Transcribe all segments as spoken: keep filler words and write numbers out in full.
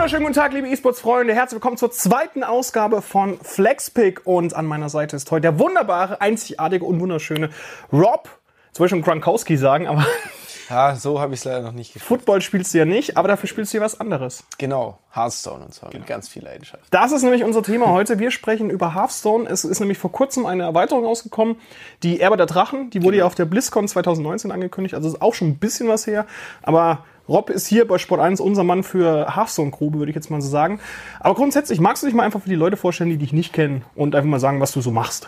wunderschönen guten Tag, liebe E-Sports-Freunde. Herzlich willkommen zur zweiten Ausgabe von FlexPick. Und an meiner Seite ist heute der wunderbare, einzigartige und wunderschöne Rob. Jetzt wollte ich schon Gronkowski sagen, aber... Ja, so habe ich es leider noch nicht gespielt. Football spielst du ja nicht, aber dafür spielst du ja was anderes. Genau, Hearthstone und zwar genau. Mit ganz viel Leidenschaft. Das ist nämlich unser Thema heute. Wir sprechen über Hearthstone. Es ist nämlich vor kurzem eine Erweiterung rausgekommen, die Erbe der Drachen. Die wurde genau. ja auf der BlizzCon zwanzig neunzehn angekündigt, also ist auch schon ein bisschen was her. Aber Rob ist hier bei Sport eins unser Mann für Hearthstone-Grube, würde ich jetzt mal so sagen. Aber grundsätzlich, magst du dich mal einfach für die Leute vorstellen, die dich nicht kennen und einfach mal sagen, was du so machst?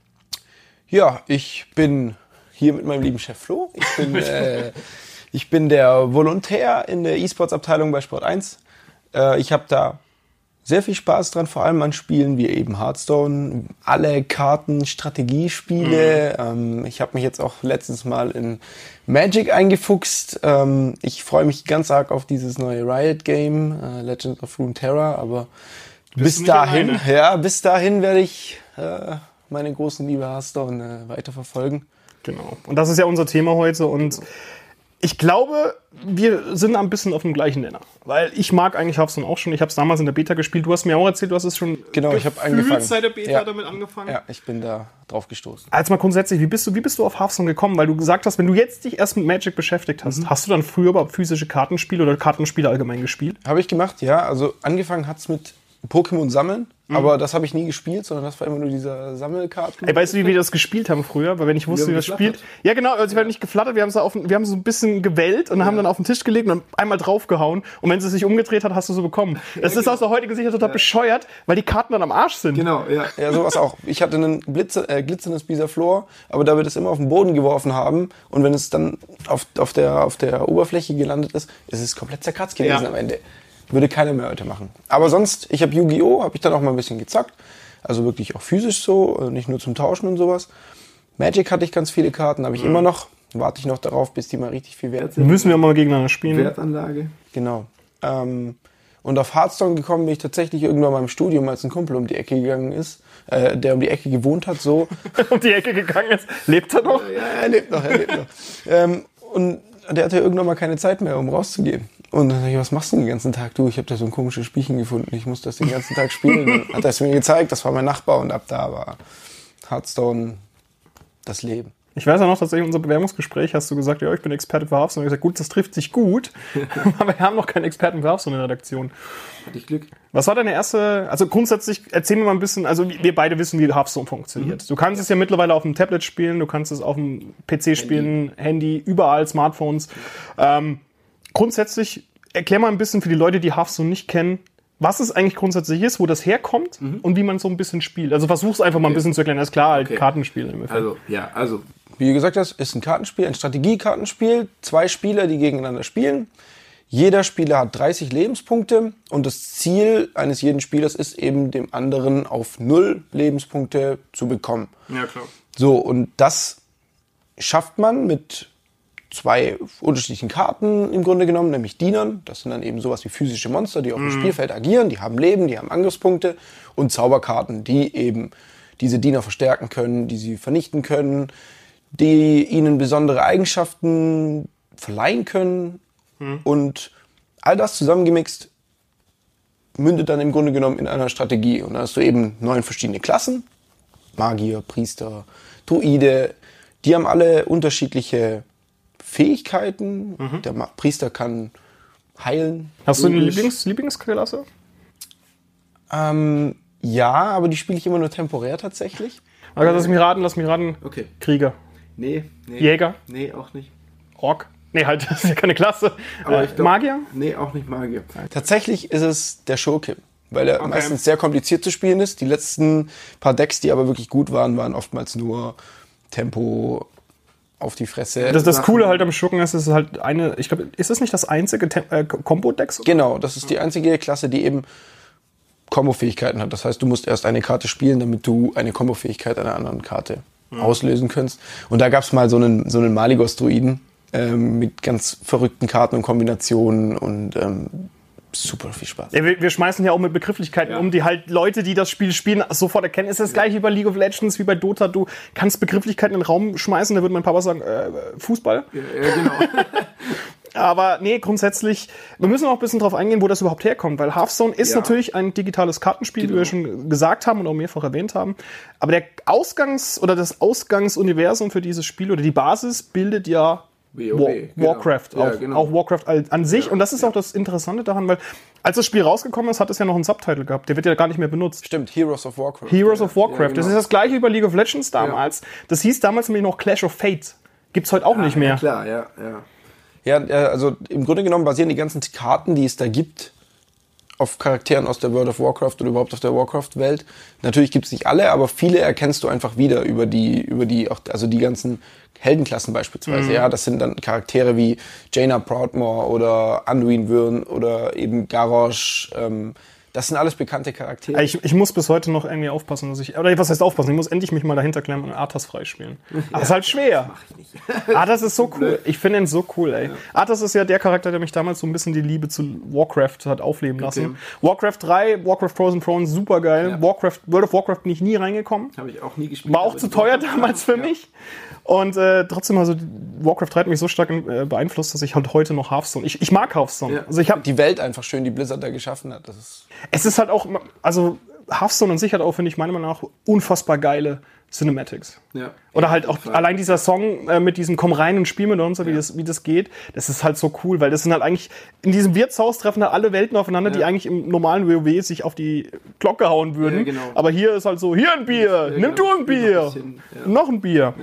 Ja, ich bin... hier mit meinem lieben Chef Flo. Ich bin, äh, ich bin der Volontär in der E-Sports-Abteilung bei Sport eins. Äh, ich habe da sehr viel Spaß dran, vor allem an Spielen wie eben Hearthstone, alle Karten, Strategiespiele. Mhm. Ähm, ich habe mich jetzt auch letztens mal in Magic eingefuchst. Ähm, ich freue mich ganz arg auf dieses neue Riot-Game, äh, Legends of Runeterra, aber bis dahin, ja, bis dahin werde ich äh, meine großen Liebe Hearthstone äh, weiterverfolgen. Genau. Und das ist ja unser Thema heute. Und ich glaube, wir sind ein bisschen auf dem gleichen Nenner. Weil ich mag eigentlich Hearthstone auch schon. Ich habe es damals in der Beta gespielt. Du hast mir auch erzählt, du hast es schon genau, ich habe angefangen. seit der Beta ja. damit angefangen. Ja, ich bin da drauf gestoßen. Also mal grundsätzlich, wie bist du, wie bist du auf Hearthstone gekommen? Weil du gesagt hast, wenn du jetzt dich erst mit Magic beschäftigt hast, mhm. hast du dann früher überhaupt physische Kartenspiele oder Kartenspiele allgemein gespielt? Habe ich gemacht, ja. Also angefangen hat's mit Pokémon sammeln. Mhm. Aber das habe ich nie gespielt, sondern das war immer nur dieser Sammelkarten. Ey, weißt du, wie wir das gespielt haben früher? Weil wenn ich wusste, wie das spielt. Ja, genau, also wir haben nicht geflattert, wir haben so, auf, wir haben so ein bisschen gewellt und ja. haben dann auf den Tisch gelegt und einmal draufgehauen. Und wenn sie sich umgedreht hat, hast du so bekommen. Das ja, ist genau. aus der heutigen Sicht total ja. bescheuert, weil die Karten dann am Arsch sind. Genau, ja. Ja, sowas auch. Ich hatte ein Blitze, äh, glitzerndes Bisaflor, aber da wir das immer auf den Boden geworfen haben und wenn es dann auf, auf, der, auf der Oberfläche gelandet ist, ist es komplett zerkratzt gewesen ja. am Ende. Würde keiner mehr heute machen. Aber sonst, ich habe Yu-Gi-Oh!, habe ich dann auch mal ein bisschen gezockt. Also wirklich auch physisch so, nicht nur zum Tauschen und sowas. Magic hatte ich ganz viele Karten, habe ich mhm. immer noch. Warte ich noch darauf, bis die mal richtig viel wert sind. Müssen wir mal gegeneinander spielen. Wertanlage. Genau. Ähm, und auf Hearthstone gekommen bin ich tatsächlich irgendwann mal im Studium, als ein Kumpel um die Ecke gegangen ist, äh, der um die Ecke gewohnt hat, so. um die Ecke gegangen ist? Lebt er noch? Ja, ja er lebt noch, er lebt noch. ähm, und der hatte irgendwann mal keine Zeit mehr, um rauszugehen. Und dann sag ich, was machst du den ganzen Tag? Du, ich habe da so ein komisches Spielchen gefunden. Ich muss das den ganzen Tag spielen. Dann hat er es mir gezeigt. Das war mein Nachbar. Und ab da war Hearthstone das Leben. Ich weiß ja noch, tatsächlich in unserem Bewerbungsgespräch hast du gesagt, ja, ich bin Experte für Hearthstone. Und ich habe gesagt, gut, das trifft sich gut. Aber wir haben noch keinen Experten für Hearthstone in der Redaktion. Hatte ich Glück. Was war deine erste, also grundsätzlich, erzähl mir mal ein bisschen, also wir beide wissen, wie Hearthstone funktioniert. Mhm. Du kannst es ja mittlerweile auf dem Tablet spielen, du kannst es auf dem P C spielen, Handy, Handy überall, Smartphones. Ähm, grundsätzlich, erklär mal ein bisschen für die Leute, die Hearthstone nicht kennen, was es eigentlich grundsätzlich ist, wo das herkommt mhm. und wie man so ein bisschen spielt. Also versuch's einfach mal okay. ein bisschen zu erklären. Das ist klar, halt okay. Kartenspiel. Im also, ja, also, wie du gesagt hast, ist ein Kartenspiel, ein Strategiekartenspiel. Zwei Spieler, die gegeneinander spielen. Jeder Spieler hat dreißig Lebenspunkte und das Ziel eines jeden Spielers ist eben, dem anderen auf null Lebenspunkte zu bekommen. Ja, klar. So, und das schafft man mit zwei unterschiedlichen Karten im Grunde genommen, nämlich Dienern. Das sind dann eben sowas wie physische Monster, die auf dem mm. Spielfeld agieren, die haben Leben, die haben Angriffspunkte und Zauberkarten, die eben diese Diener verstärken können, die sie vernichten können, die ihnen besondere Eigenschaften verleihen können. Und all das zusammengemixt mündet dann im Grunde genommen in einer Strategie. Und da hast du eben neun verschiedene Klassen. Magier, Priester, Druide. Die haben alle unterschiedliche Fähigkeiten. Mhm. Der Priester kann heilen. Hast du eine Lieblings- Lieblingsklasse? Ähm, ja, aber die spiele ich immer nur temporär tatsächlich. Also lass mich raten, lass mich raten. Okay. Krieger. Nee, nee. Jäger. Nee, auch nicht. Ork. Nee, halt, das ist ja keine Klasse. Aber ich glaub, Magier? Nee, auch nicht Magier. Tatsächlich ist es der Schurke, weil er okay. meistens sehr kompliziert zu spielen ist. Die letzten paar Decks, die aber wirklich gut waren, waren oftmals nur Tempo auf die Fresse. Das, das Coole halt am Schurken ist, es ist halt eine, ich glaube, ist das nicht das einzige äh, Combo-Deck? Genau, das ist die einzige Klasse, die eben Combo-Fähigkeiten hat. Das heißt, du musst erst eine Karte spielen, damit du eine Combo-Fähigkeit einer anderen Karte mhm. auslösen kannst. Und da gab es mal so einen, so einen Malygos-Druiden, Ähm, mit ganz verrückten Karten und Kombinationen und ähm, super viel Spaß. Ja, wir, wir schmeißen ja auch mit Begrifflichkeiten ja. um, die halt Leute, die das Spiel spielen, sofort erkennen. Ist das ja. gleich wie bei League of Legends, wie bei Dota. Du kannst Begrifflichkeiten in den Raum schmeißen, da würde mein Papa sagen, äh, Fußball. Ja, ja genau. Aber nee, grundsätzlich, wir müssen auch ein bisschen drauf eingehen, wo das überhaupt herkommt, weil Hearthstone ist Ja. natürlich ein digitales Kartenspiel, Genau. wie wir schon gesagt haben und auch mehrfach erwähnt haben. Aber der Ausgangs- oder das Ausgangsuniversum für dieses Spiel oder die Basis bildet ja WoW, War, genau. Warcraft, Ja, auch, genau. auch Warcraft al- an sich. Ja, Und das ist auch das Interessante daran, weil als das Spiel rausgekommen ist, hat es ja noch einen Subtitle gehabt. Der wird ja gar nicht mehr benutzt. Stimmt, Heroes of Warcraft. Heroes Ja, of Warcraft. ja, genau. Das ist das gleiche über League of Legends damals. Das hieß damals nämlich noch Clash of Fate. Gibt's heute auch nicht mehr. Ja, klar, ja, ja. Ja, äh, also im Grunde genommen basieren die ganzen Karten, die es da gibt, auf Charakteren aus der World of Warcraft oder überhaupt auf der Warcraft-Welt. Natürlich gibt's nicht alle, aber viele erkennst du einfach wieder über die, über die, auch, also die ganzen Heldenklassen beispielsweise. Mhm. Ja, das sind dann Charaktere wie Jaina Proudmoore oder Anduin Wyrn oder eben Garrosh. Ähm, das sind alles bekannte Charaktere. Ich, ich muss bis heute noch irgendwie aufpassen, dass ich. Oder was heißt aufpassen? Ich muss endlich mich mal dahinter klemmen und Arthas freispielen. Aber das ist halt schwer. Arthas ist so cool. Ich finde ihn so cool, ey. Ja. Arthas ist ja der Charakter, der mich damals so ein bisschen die Liebe zu Warcraft hat aufleben lassen. Okay. Warcraft drei, Warcraft Frozen Throne, super geil. Ja. Warcraft, World of Warcraft bin ich nie reingekommen. Habe ich auch nie gespielt. War auch zu teuer damals für ja. mich. Und äh, trotzdem, also Warcraft drei hat mich so stark äh, beeinflusst, dass ich halt heute noch Hearthstone. Ich, ich mag Hearthstone. Ja. Also ich habe die Welt einfach schön, die Blizzard da geschaffen hat. Das ist es ist halt auch, also Hearthstone an sich hat auch, finde ich, meiner Meinung nach unfassbar geile Cinematics. Ja. Oder halt auch allein dieser Song äh, mit diesem Komm rein und spiel mit uns, wie, ja. das, wie das geht, das ist halt so cool, weil das sind halt eigentlich, in diesem Wirtshaus treffen halt alle Welten aufeinander, ja. die eigentlich im normalen WoW sich auf die Glocke hauen würden. Ja, genau. Aber hier ist halt so, hier ein Bier, ja, nimm genau. du ein Bier, noch ein, bisschen, ja. noch ein Bier.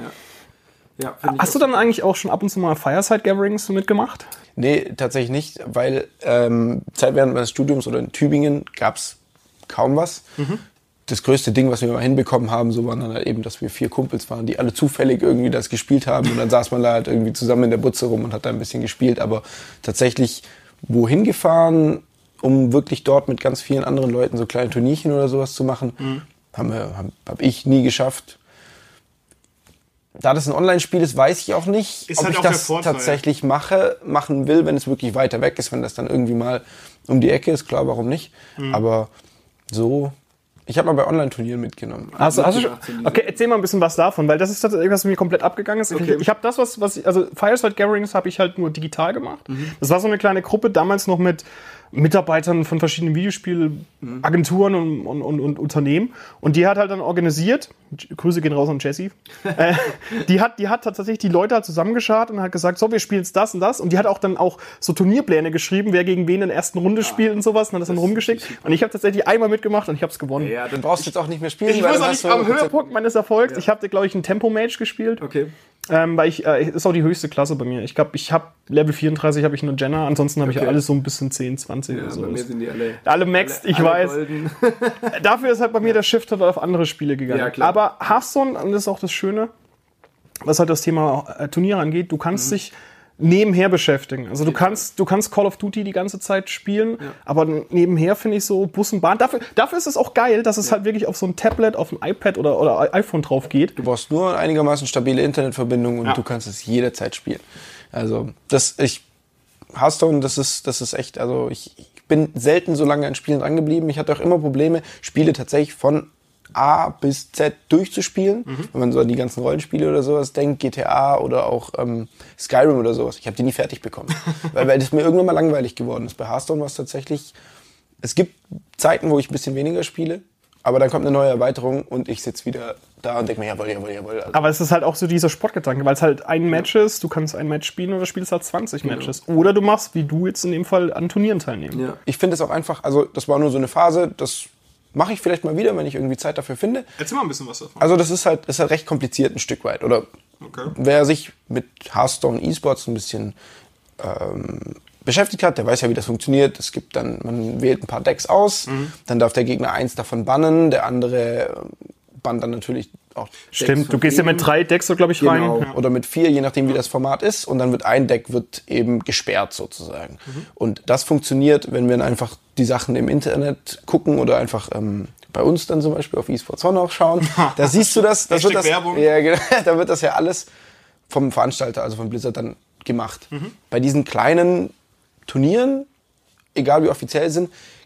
Ja. Ja, hast du dann eigentlich auch schon ab und zu mal Fireside-Gatherings mitgemacht? Nee, tatsächlich nicht, weil ähm, Zeit während meines Studiums oder in Tübingen gab's kaum was. Mhm. Das größte Ding, was wir mal hinbekommen haben, so waren dann halt eben, dass wir vier Kumpels waren, die alle zufällig irgendwie das gespielt haben. Und dann saß man da halt irgendwie zusammen in der Butze rum und hat da ein bisschen gespielt. Aber tatsächlich wohin gefahren, um wirklich dort mit ganz vielen anderen Leuten so kleine Turnierchen oder sowas zu machen, mhm. haben wir, hab, hab ich nie geschafft. Da das ein Online-Spiel ist, weiß ich auch nicht, ist ob halt ich auch das tatsächlich mache, machen will, wenn es wirklich weiter weg ist, wenn das dann irgendwie mal um die Ecke ist, klar, warum nicht. Mhm. Aber so, ich habe mal bei Online-Turnieren mitgenommen. Also, hast du schon, okay, erzähl mal ein bisschen was davon, weil das ist tatsächlich, was mir komplett abgegangen ist. Okay. Ich, ich habe das, was, was ich, also Fireside Gatherings habe ich halt nur digital gemacht. Mhm. Das war so eine kleine Gruppe, damals noch mit Mitarbeitern von verschiedenen Videospielagenturen und, und, und, und Unternehmen. Und die hat halt dann organisiert, Grüße gehen raus an Jessie, äh, die, hat, die hat tatsächlich die Leute halt zusammengeschart und hat gesagt, so, wir spielen jetzt das und das. Und die hat auch dann auch so Turnierpläne geschrieben, wer gegen wen in der ersten Runde ah, spielt und sowas. Und hat das, das dann rumgeschickt. Und ich habe tatsächlich einmal mitgemacht und ich habe es gewonnen. Ja, dann brauchst du jetzt auch nicht mehr spielen. Ich muss auch nicht am Höhepunkt meines Erfolgs. Ja. Ich habe, glaube ich, ein Tempo-Mage gespielt. Okay. Ähm, weil ich, äh, ist auch die höchste Klasse bei mir. Ich glaube, ich habe Level vierunddreißig habe ich nur Jenna, ansonsten habe okay. ich alles so ein bisschen zehn, zwanzig ja, oder so. Bei mir sind die alle, alle maxed, ich alle weiß. Dafür ist halt bei mir ja. der Shift halt auf andere Spiele gegangen. Ja, klar. Aber Hearthstone, und das ist auch das Schöne, was halt das Thema äh, Turniere angeht, du kannst mhm. dich nebenher beschäftigen. Also du kannst, du kannst Call of Duty die ganze Zeit spielen, ja. aber nebenher finde ich so Bus und Bahn. Dafür, dafür ist es auch geil, dass es ja. halt wirklich auf so ein Tablet, auf ein iPad oder, oder iPhone drauf geht. Du brauchst nur eine einigermaßen stabile Internetverbindung und ja. du kannst es jederzeit spielen. Also das, ich, Hearthstone, das ist, das ist echt, also ich, ich bin selten so lange an Spielen dran geblieben. Ich hatte auch immer Probleme, Spiele tatsächlich von A bis Z durchzuspielen. Mhm. Wenn man so an die ganzen Rollenspiele oder sowas denkt, G T A oder auch ähm, Skyrim oder sowas. Ich habe die nie fertig bekommen. weil, weil das mir irgendwann mal langweilig geworden ist. Bei Hearthstone war es tatsächlich, es gibt Zeiten, wo ich ein bisschen weniger spiele, aber dann kommt eine neue Erweiterung und ich sitze wieder da und denke mir, jawohl, jawohl, jawohl. Also aber es ist halt auch so dieser Sportgedanke, weil es halt ein Match ja. ist, du kannst ein Match spielen oder spielst halt zwanzig genau. Matches. Oder du machst, wie du jetzt in dem Fall, an Turnieren teilnehmen. Ja. Ich finde es auch einfach, also das war nur so eine Phase, das mache ich vielleicht mal wieder, wenn ich irgendwie Zeit dafür finde. Erzähl mal ein bisschen was davon. Also das ist halt, ist halt recht kompliziert ein Stück weit. Oder okay. wer sich mit Hearthstone E-Sports ein bisschen ähm, beschäftigt hat, der weiß ja, wie das funktioniert. Es gibt dann, man wählt ein paar Decks aus, mhm. dann darf der Gegner eins davon bannen, der andere bannt dann natürlich auch Stimmt, du gehst ja mit drei Decks so, glaube ich, rein. Genau. Ja. Oder mit vier, je nachdem, wie das Format ist. Und dann wird ein Deck wird eben gesperrt sozusagen. Mhm. Und das funktioniert, wenn wir einfach die Sachen im Internet gucken oder einfach ähm, bei uns dann zum Beispiel auf eSports One auch schauen. Da siehst du das. das, wird das ja, genau, da wird das ja alles vom Veranstalter, also von Blizzard, dann gemacht. Mhm. Bei diesen kleinen Turnieren, egal wie offiziell sind,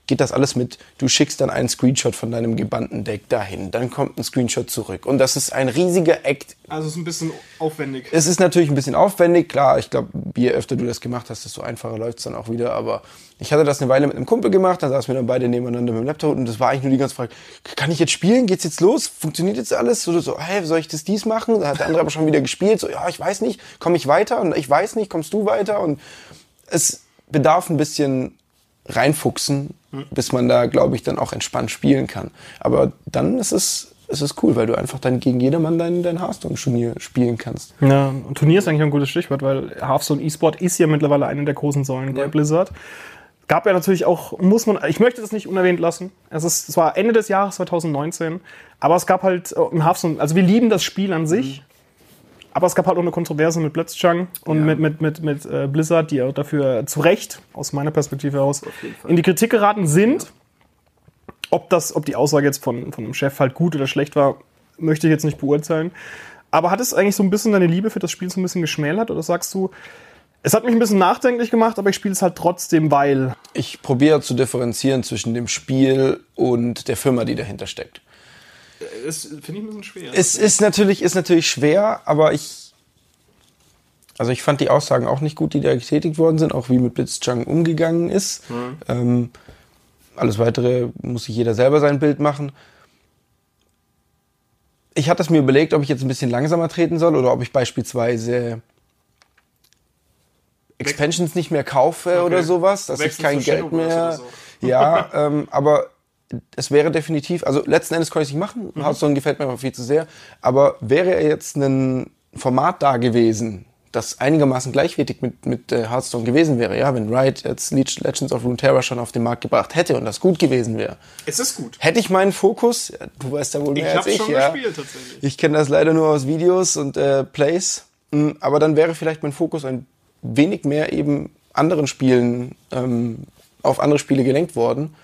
geht das alles mit, du schickst dann einen Screenshot von deinem gebannten Deck dahin, dann kommt ein Screenshot zurück und das ist ein riesiger Act. Also es ist ein bisschen aufwendig. Es ist natürlich ein bisschen aufwendig, klar, ich glaube, je öfter du das gemacht hast, desto einfacher läuft es dann auch wieder, aber ich hatte das eine Weile mit einem Kumpel gemacht, dann saßen wir dann beide nebeneinander mit dem Laptop und das war eigentlich nur die ganze Frage, kann ich jetzt spielen, geht's jetzt los, funktioniert jetzt alles? Oder so, hey, soll ich das dies machen? Da hat der andere aber schon wieder gespielt, so, ja, ich weiß nicht, komme ich weiter? Und ich weiß nicht, kommst du weiter? Und es bedarf ein bisschen reinfuchsen, hm. bis man da, glaube ich, dann auch entspannt spielen kann. Aber dann ist es, ist es cool, weil du einfach dann gegen jedermann dein, dein Hearthstone-Turnier spielen kannst. Ja, und Turnier ist eigentlich ein gutes Stichwort, weil Hearthstone E-Sport ist ja mittlerweile eine der großen Säulen ja. bei Blizzard. Gab ja natürlich auch, muss man, ich möchte das nicht unerwähnt lassen. Es ist, es war Ende des Jahres zwanzig neunzehn, aber es gab halt im Hearthstone, also wir lieben das Spiel an sich, mhm. aber es gab halt auch eine Kontroverse mit Blitzchung und ja. mit, mit, mit, mit äh, Blizzard, die auch dafür zu Recht, aus meiner Perspektive heraus, in die Kritik geraten sind. Ja. Ob das, ob die Aussage jetzt von, von dem Chef halt gut oder schlecht war, möchte ich jetzt nicht beurteilen. Aber hat es eigentlich so ein bisschen deine Liebe für das Spiel so ein bisschen geschmälert? Oder sagst du, es hat mich ein bisschen nachdenklich gemacht, aber ich spiele es halt trotzdem, weil... Ich probiere zu differenzieren zwischen dem Spiel und der Firma, die dahinter steckt. Das finde ich ein bisschen schwer. Es ist natürlich, ist natürlich schwer, aber ich... Also ich fand die Aussagen auch nicht gut, die da getätigt worden sind, auch wie mit Blitzchung umgegangen ist. Mhm. Ähm, alles Weitere muss sich jeder selber sein Bild machen. Ich hatte es mir überlegt, ob ich jetzt ein bisschen langsamer treten soll oder ob ich beispielsweise Expansions nicht mehr kaufe okay. oder sowas, dass ich kein Geld mehr... So. Ja, ähm, aber es wäre definitiv... Also letzten Endes konnte ich es nicht machen. Mhm. Hearthstone gefällt mir einfach viel zu sehr. Aber wäre jetzt ein Format da gewesen, das einigermaßen gleichwertig mit, mit äh, Hearthstone gewesen wäre, ja, wenn Riot jetzt Legends of Runeterra schon auf den Markt gebracht hätte und das gut gewesen wäre. Es ist gut. Hätte ich meinen Fokus, ja, du weißt ja wohl mehr ich als ich. Schon ja. gespielt, tatsächlich. Ich kenne das leider nur aus Videos und äh, Plays, mhm, aber dann wäre vielleicht mein Fokus ein wenig mehr eben anderen Spielen, ähm, auf andere Spiele gelenkt worden.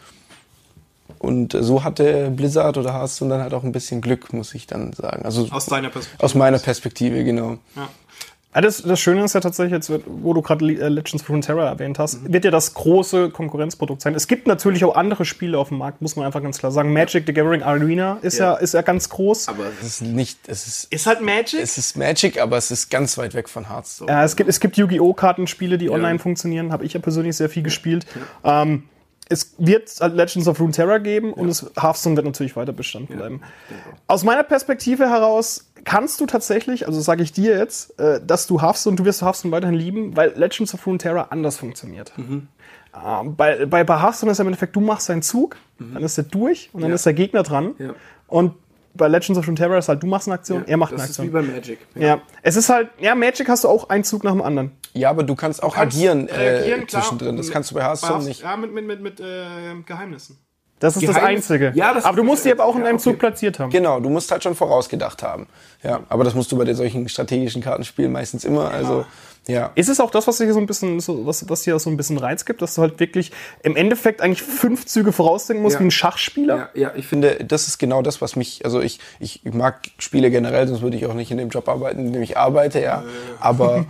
Und so hatte Blizzard oder Hearthstone dann halt auch ein bisschen Glück, muss ich dann sagen. Also aus deiner Perspektive? Aus meiner Perspektive, genau. Ja. Ja, das, das Schöne ist ja tatsächlich, jetzt, wo du gerade Legends of Runeterra erwähnt hast, mhm. wird ja das große Konkurrenzprodukt sein. Es gibt natürlich auch andere Spiele auf dem Markt, muss man einfach ganz klar sagen. Magic the Gathering Arena ist ja, ja, ist ja ganz groß. Aber es ist nicht, es ist... Ist halt Magic? Es ist Magic, aber es ist ganz weit weg von Hearthstone. Ja, es gibt, es gibt Yu-Gi-Oh! Kartenspiele, die ja. online funktionieren. Habe ich ja persönlich sehr viel gespielt. Ja. Ähm, Es wird Legends of Runeterra geben ja. und das Hearthstone wird natürlich weiter Bestand bleiben. Ja. Aus meiner Perspektive heraus kannst du tatsächlich, also sage ich dir jetzt, dass du Hearthstone, du wirst Hearthstone weiterhin lieben, weil Legends of Runeterra anders funktioniert. Mhm. Ähm, bei, bei, bei Hearthstone ist im Endeffekt, du machst deinen Zug, mhm. dann ist der durch und dann ja. ist der Gegner dran. Ja. Und bei Legends of Runeterra ist halt, du machst eine Aktion, ja, er macht eine Aktion. Das ist wie bei Magic. Ja. ja, es ist halt, ja, Magic hast du auch einen Zug nach dem anderen. Ja, aber du kannst auch du kannst agieren, äh, zwischendrin. Das kannst du bei Hearthstone nicht. Ja, mit, mit, mit, mit äh, Geheimnissen. Das ist Geheimnis? Das Einzige. Ja, das aber du musst die aber auch in deinem okay. Zug platziert haben. Genau, du musst halt schon vorausgedacht haben. Ja, aber das musst du bei den solchen strategischen Kartenspielen meistens immer. Also, ja. Ist es auch das, was dir so ein bisschen, so, was, was dir so ein bisschen Reiz gibt, dass du halt wirklich im Endeffekt eigentlich fünf Züge vorausdenken musst, ja. wie ein Schachspieler? Ja, ja, ich finde, das ist genau das, was mich, also ich, ich, ich mag Spiele generell, sonst würde ich auch nicht in dem Job arbeiten, in dem ich arbeite, ja. Aber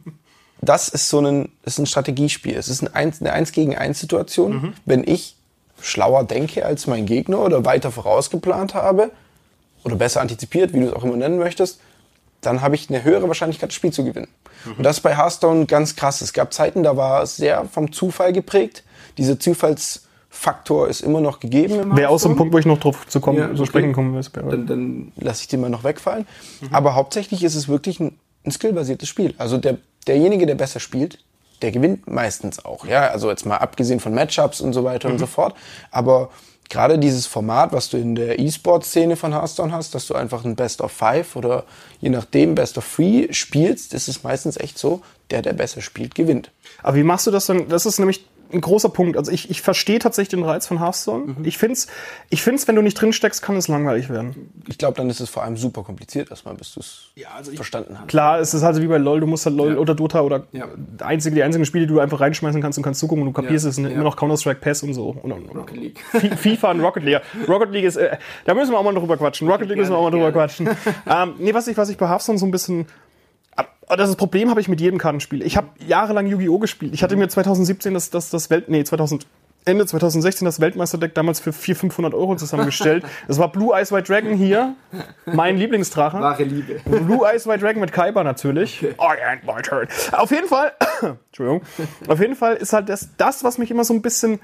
das ist so ein, ist ein Strategiespiel. Es ist ein Eins, eine Eins gegen Eins Situation. Mhm. Wenn ich schlauer denke als mein Gegner oder weiter vorausgeplant habe oder besser antizipiert, wie du es auch immer nennen möchtest, dann habe ich eine höhere Wahrscheinlichkeit, das Spiel zu gewinnen. Mhm. Und das ist bei Hearthstone ganz krass. Es gab Zeiten, da war es sehr vom Zufall geprägt. Dieser Zufallsfaktor ist immer noch gegeben. Wäre auch so ein Punkt, wo ich noch drauf zu kommen, ja, okay. so sprechen kommen will. Dann, dann lasse ich den mal noch wegfallen. Mhm. Aber hauptsächlich ist es wirklich ein, ein skillbasiertes Spiel. Also der, derjenige, der besser spielt, der gewinnt meistens auch. Ja, also jetzt mal abgesehen von Matchups und so weiter mhm. und so fort. Aber gerade dieses Format, was du in der E-Sport-Szene von Hearthstone hast, dass du einfach ein Best of Five oder je nachdem Best of Three spielst, ist es meistens echt so, der, der besser spielt, gewinnt. Aber wie machst du das denn? Das ist nämlich ein großer Punkt. Also ich, ich verstehe tatsächlich den Reiz von Hearthstone. Mhm. Ich find's, ich find's, wenn du nicht drin steckst, kann es langweilig werden. Ich glaube, dann ist es vor allem super kompliziert erstmal, bis du es ja, also verstanden hast. Klar, es ist halt so wie bei LoL, du musst halt LoL ja. oder Dota oder ja. einzige, die einzigen Spiele, die du einfach reinschmeißen kannst und kannst zugucken und du kapierst, ja. es sind ja. immer noch Counter-Strike, P E S und so. Und, und, Rocket League. FIFA und Rocket League. Rocket League ist, äh, da müssen wir auch mal drüber quatschen. Rocket League müssen wir auch mal drüber quatschen. ähm, nee, was ich, was ich bei Hearthstone so ein bisschen... Aber das Problem habe ich mit jedem Kartenspiel. Ich habe jahrelang Yu-Gi-Oh! Gespielt. Ich hatte mir zwanzig siebzehn das, das, das Welt... Nee, zweitausendelf Ende zwanzig sechzehn das Weltmeisterdeck damals für vierhundert, fünfhundert Euro zusammengestellt. Das war Blue Eyes White Dragon hier, mein Lieblingsdrache. Wahre Liebe. Blue Eyes White Dragon mit Kaiba natürlich. Okay. I ain't my turn. Auf jeden Fall, Entschuldigung, auf jeden Fall ist halt das, das, was mich immer so ein bisschen,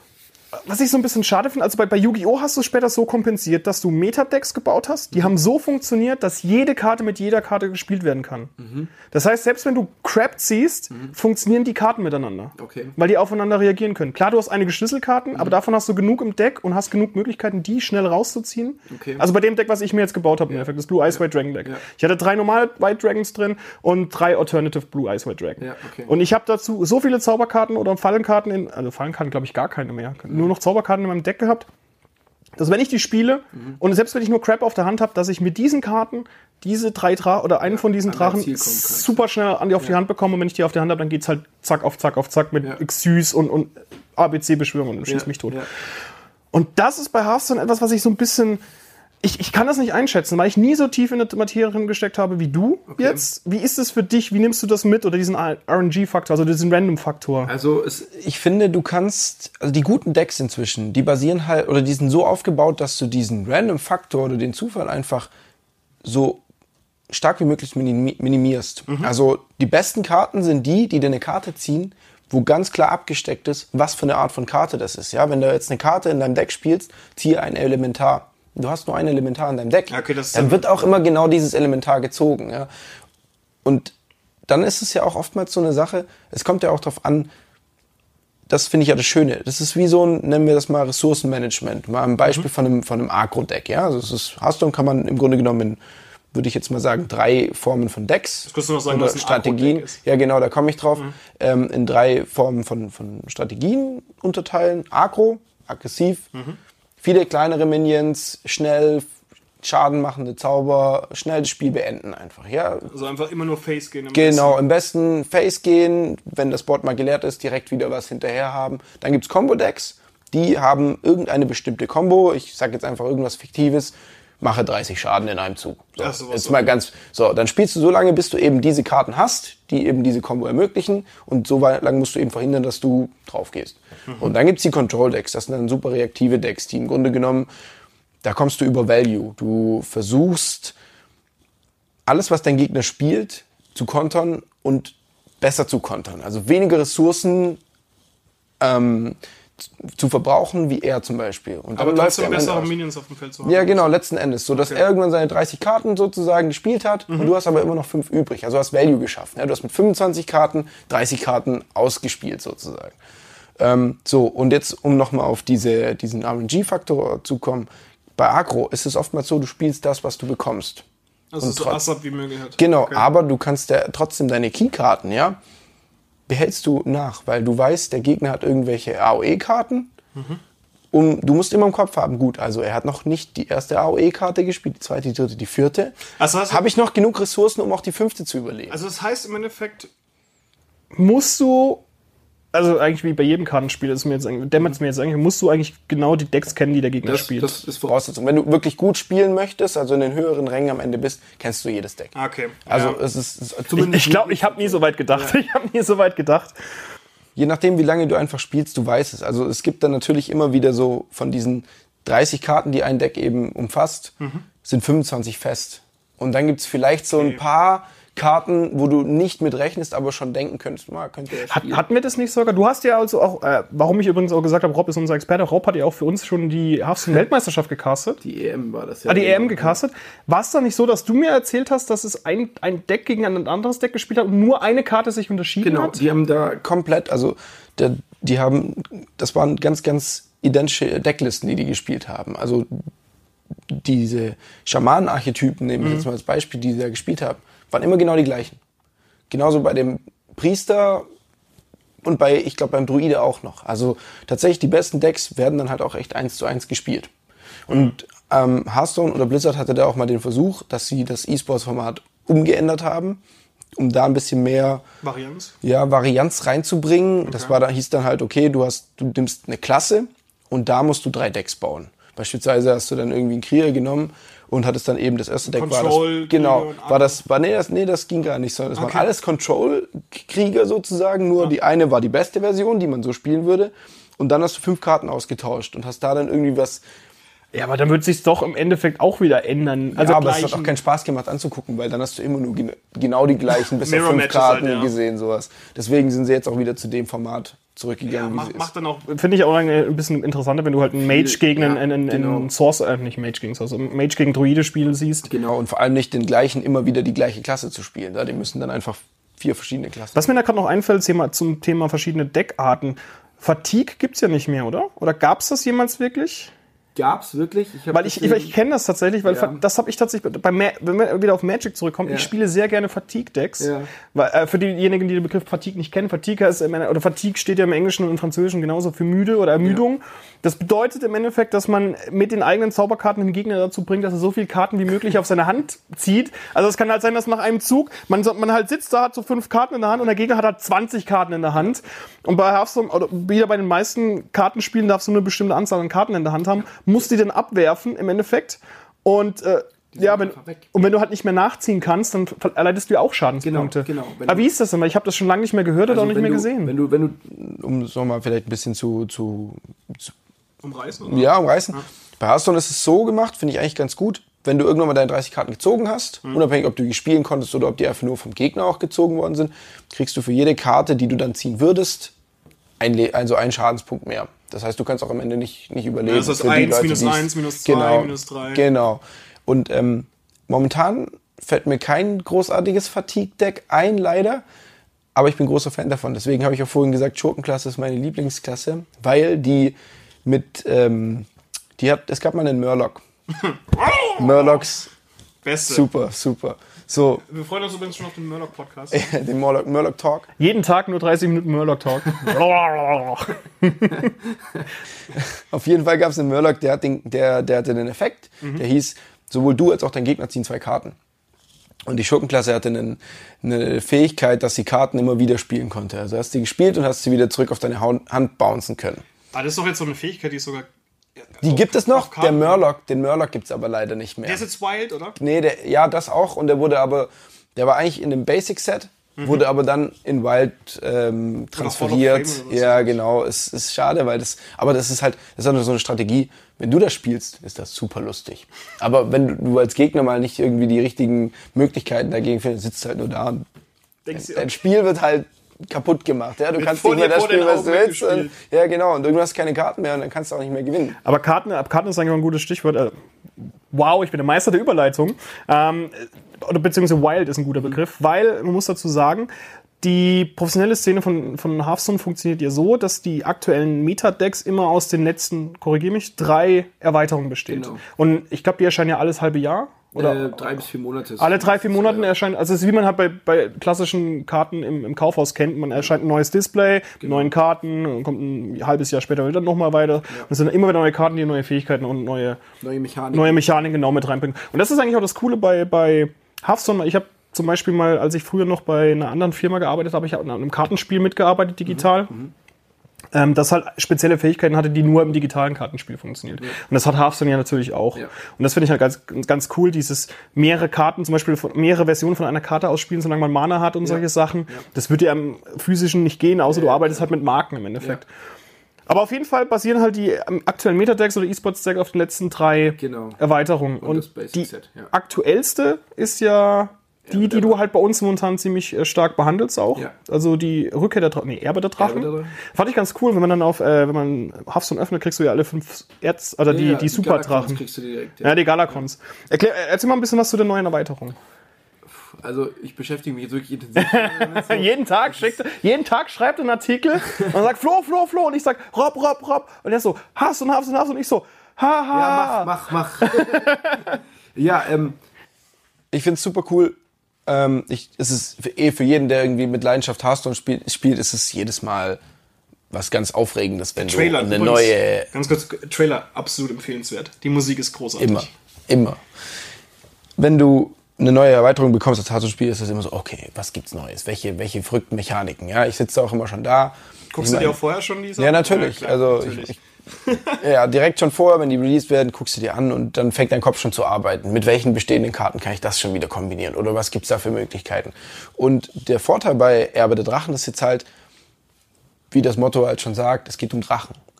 was ich so ein bisschen schade finde, also bei, bei Yu-Gi-Oh! Hast du später so kompensiert, dass du Meta-Decks gebaut hast, die haben so funktioniert, dass jede Karte mit jeder Karte gespielt werden kann. Mhm. Das heißt, selbst wenn du Crap ziehst, mhm. funktionieren die Karten miteinander. Okay. Weil die aufeinander reagieren können. Klar, du hast einige Schlüsselkarten, mhm. aber davon hast du genug im Deck und hast genug Möglichkeiten, die schnell rauszuziehen. Okay. Also bei dem Deck, was ich mir jetzt gebaut habe, ja. im Endeffekt, das Blue Eyes White Dragon Deck. Ja. Ich hatte drei normale White Dragons drin und drei Alternative Blue Eyes White Dragon. Ja, okay. Und ich habe dazu so viele Zauberkarten oder Fallenkarten, in, also Fallenkarten glaube ich gar keine mehr, nur noch Zauberkarten in meinem Deck gehabt, dass wenn ich die spiele mhm. und selbst wenn ich nur Crap auf der Hand habe, dass ich mit diesen Karten diese drei Drachen oder einen ja, von diesen Drachen super schnell an die auf ja. die Hand bekomme und wenn ich die auf der Hand habe, dann geht's halt zack auf zack auf zack mit ja. Xyz und, und A B C-Beschwörungen und schießt ja. mich tot. Ja. Und das ist bei Hearthstone etwas, was ich so ein bisschen Ich, ich kann das nicht einschätzen, weil ich nie so tief in der Materie drin gesteckt habe wie du okay. jetzt. Wie ist es für dich? Wie nimmst du das mit? Oder diesen R N G-Faktor, also diesen Random-Faktor? Also es, ich finde, du kannst, also die guten Decks inzwischen, die basieren halt, oder die sind so aufgebaut, dass du diesen Random-Faktor oder den Zufall einfach so stark wie möglich minimierst. Mhm. Also die besten Karten sind die, die dir eine Karte ziehen, wo ganz klar abgesteckt ist, was für eine Art von Karte das ist. Ja, wenn du jetzt eine Karte in deinem Deck spielst, ziehe ein Elementar. Du hast nur ein Elementar in deinem Deck. Okay, das dann wird auch immer genau dieses Elementar gezogen. Ja? Und dann ist es ja auch oftmals so eine Sache, es kommt ja auch darauf an, das finde ich ja das Schöne. Das ist wie so ein, nennen wir das mal Ressourcenmanagement. Mal ein Beispiel mhm. von einem, von einem Agro-Deck. Ja? Also es ist, Hearthstone kann man im Grunde genommen in, würde ich jetzt mal sagen, drei Formen von Decks. Das kannst du noch sagen, oder was ein Strategien. Ist. Ja, genau, da komme ich drauf. Mhm. Ähm, in drei Formen von, von Strategien unterteilen. Agro, aggressiv, mhm. viele kleinere Minions, schnell Schaden machende Zauber, schnell das Spiel beenden einfach. Ja. Also einfach immer nur Face gehen. Im genau, besten. Im besten Face gehen, wenn das Board mal geleert ist, direkt wieder was hinterher haben. Dann gibt's Combo-Decks, die haben irgendeine bestimmte Combo. Ich sag jetzt einfach irgendwas Fiktives. Mache dreißig Schaden in einem Zug. So, Ach, sowas jetzt so. mal ganz, so, dann spielst du so lange, bis du eben diese Karten hast, die eben diese Combo ermöglichen. Und so lange musst du eben verhindern, dass du drauf gehst. Mhm. Und dann gibt's die Control-Decks. Das sind dann super reaktive Decks, die im Grunde genommen, da kommst du über Value. Du versuchst, alles, was dein Gegner spielt, zu kontern und besser zu kontern. Also weniger Ressourcen, ähm, zu verbrauchen, wie er zum Beispiel. Und aber trotzdem bessere Minions auf dem Feld zu haben. Ja, genau, letzten Endes. So, dass okay. er irgendwann seine dreißig Karten sozusagen gespielt hat mhm. und du hast aber immer noch fünf übrig. Also du hast Value geschaffen. Ja, du hast mit fünfundzwanzig Karten dreißig Karten ausgespielt sozusagen. Ähm, so, und jetzt, um nochmal auf diese, diesen R N G-Faktor zu kommen, bei Agro ist es oftmals so, du spielst das, was du bekommst. Also und so ASAP wie möglich halt. Genau, okay. aber du kannst ja trotzdem deine Keykarten, ja, behältst du nach, weil du weißt, der Gegner hat irgendwelche A O E-Karten. Mhm. Und du musst immer im Kopf haben, gut, also er hat noch nicht die erste A O E-Karte gespielt, die zweite, die dritte, die vierte. Also habe ich noch genug Ressourcen, um auch die fünfte zu überleben? Also das heißt im Endeffekt, musst du, also eigentlich wie bei jedem Kartenspiel, ist mir jetzt, dämmert es mir jetzt eigentlich, musst du eigentlich genau die Decks kennen, die der Gegner das, spielt. Das ist Voraussetzung. Wenn du wirklich gut spielen möchtest, also in den höheren Rängen am Ende bist, kennst du jedes Deck. Okay. Also ja. es ist, es ist ich ich glaube, ich habe nie so weit gedacht. Ja. Ich habe nie so weit gedacht. Je nachdem, wie lange du einfach spielst, du weißt es. Also es gibt dann natürlich immer wieder so von diesen dreißig Karten, die ein Deck eben umfasst, mhm. sind fünfundzwanzig fest. Und dann gibt's vielleicht so ein paar Karten, wo du nicht mit rechnest, aber schon denken könntest, mal könnte er spielen. Hat, hatten wir das nicht sogar? Du hast ja also auch, äh, warum ich übrigens auch gesagt habe, Rob ist unser Experte, Rob hat ja auch für uns schon die Hearthstone-Weltmeisterschaft gecastet. Die E M war das ja. Ah, die E M gecastet. War es da nicht so, dass du mir erzählt hast, dass es ein, ein Deck gegen ein anderes Deck gespielt hat und nur eine Karte sich unterschieden genau, hat? Genau, die haben da komplett, also der, die haben, das waren ganz, ganz identische Decklisten, die die gespielt haben. Also diese Schamanen-Archetypen, nehme ich mhm. jetzt mal als Beispiel, die sie da gespielt haben, waren immer genau die gleichen. Genauso bei dem Priester und bei, ich glaube, beim Druide auch noch. Also tatsächlich, die besten Decks werden dann halt auch echt eins zu eins gespielt. Und ähm, Hearthstone oder Blizzard hatte da auch mal den Versuch, dass sie das E-Sports-Format umgeändert haben, um da ein bisschen mehr Varianz, ja, Varianz reinzubringen. Okay. Das war da, hieß dann halt, okay, du hast, du nimmst eine Klasse und da musst du drei Decks bauen. Beispielsweise hast du dann irgendwie einen Krieger genommen und hattest dann eben das erste Deck Control, war das, genau, war das, war, nee, das, nee, das ging gar nicht, sondern das okay. waren alles Control-Krieger sozusagen, nur ja. die eine war die beste Version, die man so spielen würde Und dann hast du fünf Karten ausgetauscht und hast da dann irgendwie was... Ja, aber dann wird sich's doch im Endeffekt auch wieder ändern. Also ja, aber gleichen. es hat auch keinen Spaß gemacht anzugucken, weil dann hast du immer nur gen- genau die gleichen bis auf fünf Mirror-Matches Karten halt, ja. gesehen, sowas. Deswegen sind sie jetzt auch wieder zu dem Format Ja, zurückgegangen, wie macht, sie macht ist. dann auch. Finde ich auch ein bisschen interessanter, wenn du halt einen Mage gegen einen, ja, einen, einen, genau. einen Source, äh, nicht Mage gegen Source, einen Mage gegen Druide spielen siehst. Genau, und vor allem nicht den gleichen, immer wieder die gleiche Klasse zu spielen. Da, die müssen dann einfach vier verschiedene Klassen. Was mir da gerade noch einfällt, Thema, zum Thema verschiedene Deckarten. Fatigue gibt's ja nicht mehr, oder? Oder gab's das jemals wirklich? Gab's wirklich? Ich hab Weil ich, ich, ich kenne das tatsächlich, weil Ja. das habe ich tatsächlich, bei Ma- wenn wir wieder auf Magic zurückkommen, Ja. ich spiele sehr gerne Fatigue-Decks. Ja. Weil, äh, für diejenigen, die den Begriff Fatigue nicht kennen, Fatigue ist, im Ende- oder Fatigue steht ja im Englischen und im Französischen genauso für müde oder Ermüdung. Das bedeutet im Endeffekt, dass man mit den eigenen Zauberkarten den Gegner dazu bringt, dass er so viele Karten wie möglich auf seine Hand zieht. Also es kann halt sein, dass nach einem Zug, man, so- man halt sitzt da, hat so fünf Karten in der Hand und der Gegner hat halt zwanzig Karten in der Hand. Und bei Hearthstone, oder wieder bei den meisten Kartenspielen darfst du nur eine bestimmte Anzahl an Karten in der Hand haben, musst die dann abwerfen im Endeffekt. Und äh, ja, wenn, einfach weg. und wenn du halt nicht mehr nachziehen kannst, dann ver- erleidest du ja auch Schadenspunkte. Genau, genau. Wenn Aber du- wie ist das denn? Weil ich habe das schon lange nicht mehr gehört oder auch nicht wenn mehr du, gesehen. Wenn du, wenn du Um es nochmal vielleicht ein bisschen zu, zu, zu umreißen, oder? ja, umreißen. Bei Hearthstone ist es so gemacht, finde ich eigentlich ganz gut. Wenn du irgendwann mal deine dreißig Karten gezogen hast, Mhm. unabhängig, ob du die spielen konntest oder ob die einfach nur vom Gegner auch gezogen worden sind, kriegst du für jede Karte, die du dann ziehen würdest, ein, Le- also einen Schadenspunkt mehr. Das heißt, du kannst auch am Ende nicht, nicht überleben. Ja, das heißt Für die eins, Leute, minus die's- eins, minus zwei, genau, minus drei. Genau. Und ähm, momentan fällt mir kein großartiges Fatigue-Deck ein, leider. Aber ich bin großer Fan davon. Deswegen habe ich auch vorhin gesagt, Schurkenklasse ist meine Lieblingsklasse, weil die mit, ähm, die hat, es gab mal einen Murloc. Murlocs, Beste. super, super. So, Wir freuen uns übrigens schon auf den Murloc-Podcast. den Murloc, Murloc Talk. Jeden Tag nur dreißig Minuten Murloc-Talk. Auf jeden Fall gab es einen Murloc, der, hat den, der, der hatte einen Effekt, der hieß, sowohl du als auch dein Gegner ziehen zwei Karten. Und die Schurkenklasse hatte einen, eine Fähigkeit, dass sie Karten immer wieder spielen konnte. Also hast du die gespielt und hast sie wieder zurück auf deine Haun- Hand bouncen können. Ah, das ist doch jetzt so eine Fähigkeit, die ist sogar. Die auf- gibt es noch, auf Karten. der Murloc, den Murloc gibt es aber leider nicht mehr. Der ist jetzt wild, oder? Nee, der, ja, das auch. Und der wurde aber, der war eigentlich in dem Basic-Set, wurde aber dann in Wild ähm, transferiert. Fame oder was. Ja, genau. Es ist schade, weil das, aber das ist halt, das ist halt so eine Strategie. Wenn du das spielst, ist das super lustig. Aber wenn du, du als Gegner mal nicht irgendwie die richtigen Möglichkeiten dagegen findest, sitzt du halt nur da und Denkst du, dein Spiel wird halt kaputt gemacht. Ja? Du kannst vor nicht mehr dir- das vor spielen, deinen was du Augen willst. Und, weggespielt. ja, genau. Und irgendwann hast du keine Karten mehr und dann kannst du auch nicht mehr gewinnen. Aber Karten, Karten ist eigentlich ein gutes Stichwort. Äh, Wow, ich bin der Meister der Überleitung. Ähm, oder beziehungsweise Wild ist ein guter Begriff, weil man muss dazu sagen, die professionelle Szene von, von Hearthstone funktioniert ja so, dass die aktuellen Meta-Decks immer aus den letzten, korrigiere mich, drei Erweiterungen besteht. Genau. Und ich glaube, die erscheinen ja alles halbe Jahr. Oder äh, drei bis vier Monate. ist- alle drei, vier Monaten Ja. erscheint, also es ist wie man halt bei, bei klassischen Karten im, im Kaufhaus kennt, man erscheint ein neues Display, Genau. neuen Karten, und kommt ein halbes Jahr später wieder nochmal weiter. Und es sind immer wieder neue Karten, die neue Fähigkeiten und neue, Neue Mechanik. neue Mechaniken genau mit reinbringen. Und das ist eigentlich auch das Coole bei, bei Hearthstone. Ich habe zum Beispiel mal, als ich früher noch bei einer anderen Firma gearbeitet habe, ich habe an einem Kartenspiel mitgearbeitet, digital. Ähm, das halt spezielle Fähigkeiten hatte, die nur im digitalen Kartenspiel funktioniert. Und das hat Hearthstone ja natürlich auch. Ja. Und das finde ich halt ganz, ganz cool, dieses mehrere Karten, zum Beispiel von, mehrere Versionen von einer Karte ausspielen, solange man Mana hat und solche Sachen. Das wird ja im Physischen nicht gehen, außer du arbeitest halt mit Marken im Endeffekt. Aber auf jeden Fall basieren halt die ähm, aktuellen Metadecks oder E-Sports-Decks auf den letzten drei Genau. Erweiterungen. Und, das Basic die Set, ja. aktuellste ist ja die, die du halt bei uns momentan ziemlich äh, stark behandelst auch. Ja. Also die Rückkehr der Drachen, nee, Erbe der Drachen. Erbe der Drachen. Fand ich ganz cool, wenn man dann auf, äh, wenn man Hearthstone öffnet, kriegst du ja alle fünf Erz, oder die, Ja, die Super-Drachen. Galakons kriegst du direkt. Ja, die Galakons. Erklär, äh, erzähl mal ein bisschen was zu der neuen Erweiterung. Also ich beschäftige mich jetzt wirklich intensiv damit. So. jeden Tag schickt, jeden Tag schreibt er einen Artikel und sagt Flo, Flo, Flo und ich sag Rob, Rob, Rob und er so Hearthstone, Hearthstone, Hearthstone und ich so haha. Ja, mach, mach, mach. ja, ähm, Ich finde es super cool. Ähm, ich, es ist für, eh für jeden, der irgendwie mit Leidenschaft Hearthstone spielt, spielt, ist es jedes Mal was ganz Aufregendes, wenn Trailer. du eine übrigens, neue... Ganz kurz, Trailer, absolut empfehlenswert. Die Musik ist großartig. Immer, immer. Wenn du eine neue Erweiterung bekommst als Hearthstone-Spiel, ist das immer so, okay, was gibt's Neues? Welche, welche verrückten Mechaniken? Ja, ich sitze auch immer schon da. Guckst Ich du dir mein- auch vorher schon die Sachen? Ja, natürlich. Ja, klar, also natürlich. Ich, ich, ja, direkt schon vorher, wenn die released werden, guckst du dir an und dann fängt dein Kopf schon zu arbeiten. Mit welchen bestehenden Karten kann ich das schon wieder kombinieren? Oder was gibt's da für Möglichkeiten? Und der Vorteil bei Erbe der Drachen ist jetzt halt, wie das Motto halt schon sagt, es geht um Drachen.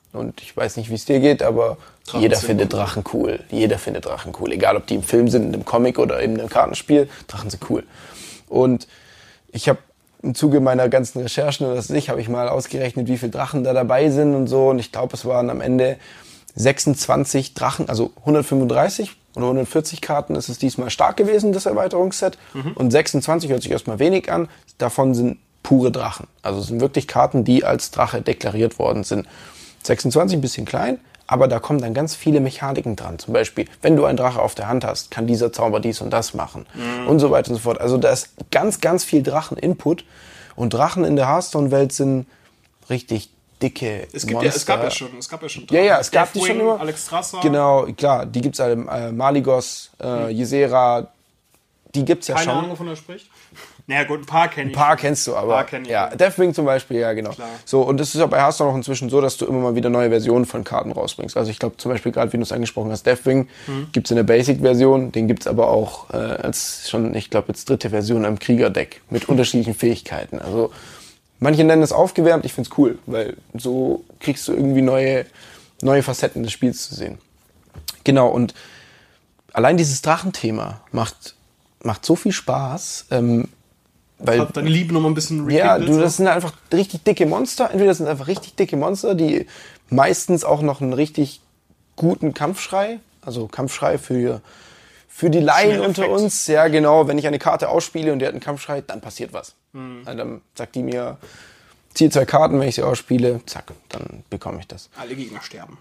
Und ich weiß nicht, wie es dir geht, aber Drachen jeder sind findet cool. Drachen cool. Jeder findet Drachen cool. Egal, ob die im Film sind, in einem Comic oder in einem Kartenspiel. Drachen sind cool. Und ich habe im Zuge meiner ganzen Recherchen oder das ich, habe ich mal ausgerechnet, wie viele Drachen da dabei sind und so. Und ich glaube, es waren am Ende sechsundzwanzig Drachen, also hundertfünfunddreißig oder hundertvierzig Karten ist es diesmal stark gewesen, das Erweiterungsset. Mhm. Und sechsundzwanzig hört sich erstmal wenig an. Davon sind pure Drachen. Also es sind wirklich Karten, die als Drache deklariert worden sind. sechsundzwanzig ein bisschen klein, aber da kommen dann ganz viele Mechaniken dran. Zum Beispiel, wenn du einen Drache auf der Hand hast, kann dieser Zauber dies und das machen. Mhm. Und so weiter und so fort. Also da ist ganz, ganz viel Drachen-Input. Und Drachen in der Hearthstone-Welt sind richtig dicke Es, gibt Monster. ja, es gab ja schon, es gab ja schon Ja, ja, es gab die Deathwing, schon immer. Alexstrasza. Genau, klar, die gibt's alle. Äh, Malygos, äh, Ysera, die gibt's ja Keine schon. Ahnung, wovon er spricht. Naja gut, ein paar kenne ich. Ein paar schon. kennst du, Ein aber paar kenn ich ja, schon. Deathwing zum Beispiel, ja genau. Klar. So, und es ist auch bei Hearthstone auch inzwischen so, dass du immer mal wieder neue Versionen von Karten rausbringst. Also ich glaube zum Beispiel gerade, wie du es angesprochen hast, Deathwing mhm. gibt's in der Basic-Version, den gibt's aber auch äh, als schon, ich glaube jetzt dritte Version am Kriegerdeck mit unterschiedlichen Fähigkeiten. Also manche nennen es aufgewärmt, ich find's cool, weil so kriegst du irgendwie neue, neue Facetten des Spiels zu sehen. Genau, und allein dieses Drachenthema macht, macht so viel Spaß, ähm, weil, Hat deine Liebe noch mal ein bisschen ja, rekindelt, du, das sind einfach richtig dicke Monster. Entweder das sind einfach richtig dicke Monster, die meistens auch noch einen richtig guten Kampfschrei, also Kampfschrei für, für die Laien unter Schnelleffekt. uns. Ja, genau, wenn ich eine Karte ausspiele und die hat einen Kampfschrei, dann passiert was. Mhm. Also dann sagt die mir, ziehe zwei Karten, wenn ich sie ausspiele, zack, dann bekomme ich das. Alle Gegner sterben.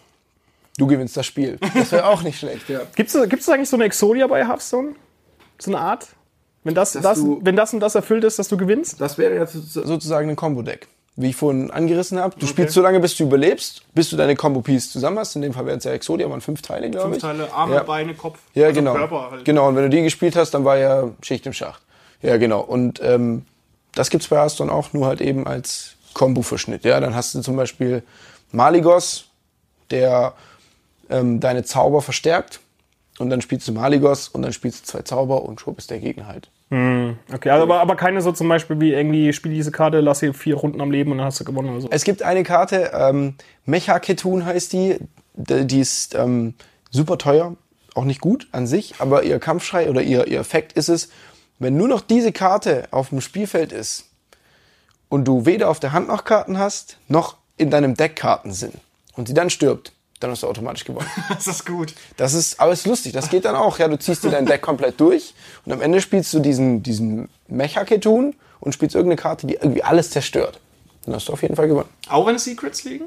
Du gewinnst das Spiel. Das wäre auch nicht schlecht, ja. Gibt es eigentlich so eine Exodia bei Hearthstone? So eine Art? Wenn das, Dass das, du- wenn das und das erfüllt ist, dass du gewinnst? Das wäre jetzt so- Sozusagen ein Combo-Deck. Wie ich vorhin angerissen habe. Du spielst so lange, bis du überlebst, bis du deine Combo-Piece zusammen hast. In dem Fall wären es ja Exodia, waren fünf Teile, glaube ich. Fünf Teile, Arme, Ja. Beine, Kopf, Ja, also genau. Körper halt. Genau, und wenn du die gespielt hast, dann war ja Schicht im Schacht. Ja, genau. Und ähm, das gibt's bei Hearthstone auch, nur halt eben als Combo-Verschnitt. Ja, dann hast du zum Beispiel Malygos, der ähm, deine Zauber verstärkt. Und dann spielst du Malygos und dann spielst du zwei Zauber und schwupp ist der Gegner halt. Okay, also aber, aber keine so zum Beispiel wie irgendwie, spiel diese Karte, lass sie vier Runden am Leben und dann hast du gewonnen oder so. Es gibt eine Karte, ähm, Mechaketun heißt die. D- Die ist ähm, super teuer, auch nicht gut an sich, aber ihr Kampfschrei oder ihr, ihr Effekt ist es, wenn nur noch diese Karte auf dem Spielfeld ist und du weder auf der Hand noch Karten hast, noch in deinem Deck Karten sind und sie dann stirbt, dann hast du automatisch gewonnen. Das ist gut. Das ist, aber es ist lustig, das geht dann auch. Ja, du ziehst dir dein Deck komplett durch und am Ende spielst du diesen, diesen Mechaketun und spielst irgendeine Karte, die irgendwie alles zerstört. Dann hast du auf jeden Fall gewonnen. Auch wenn Secrets liegen?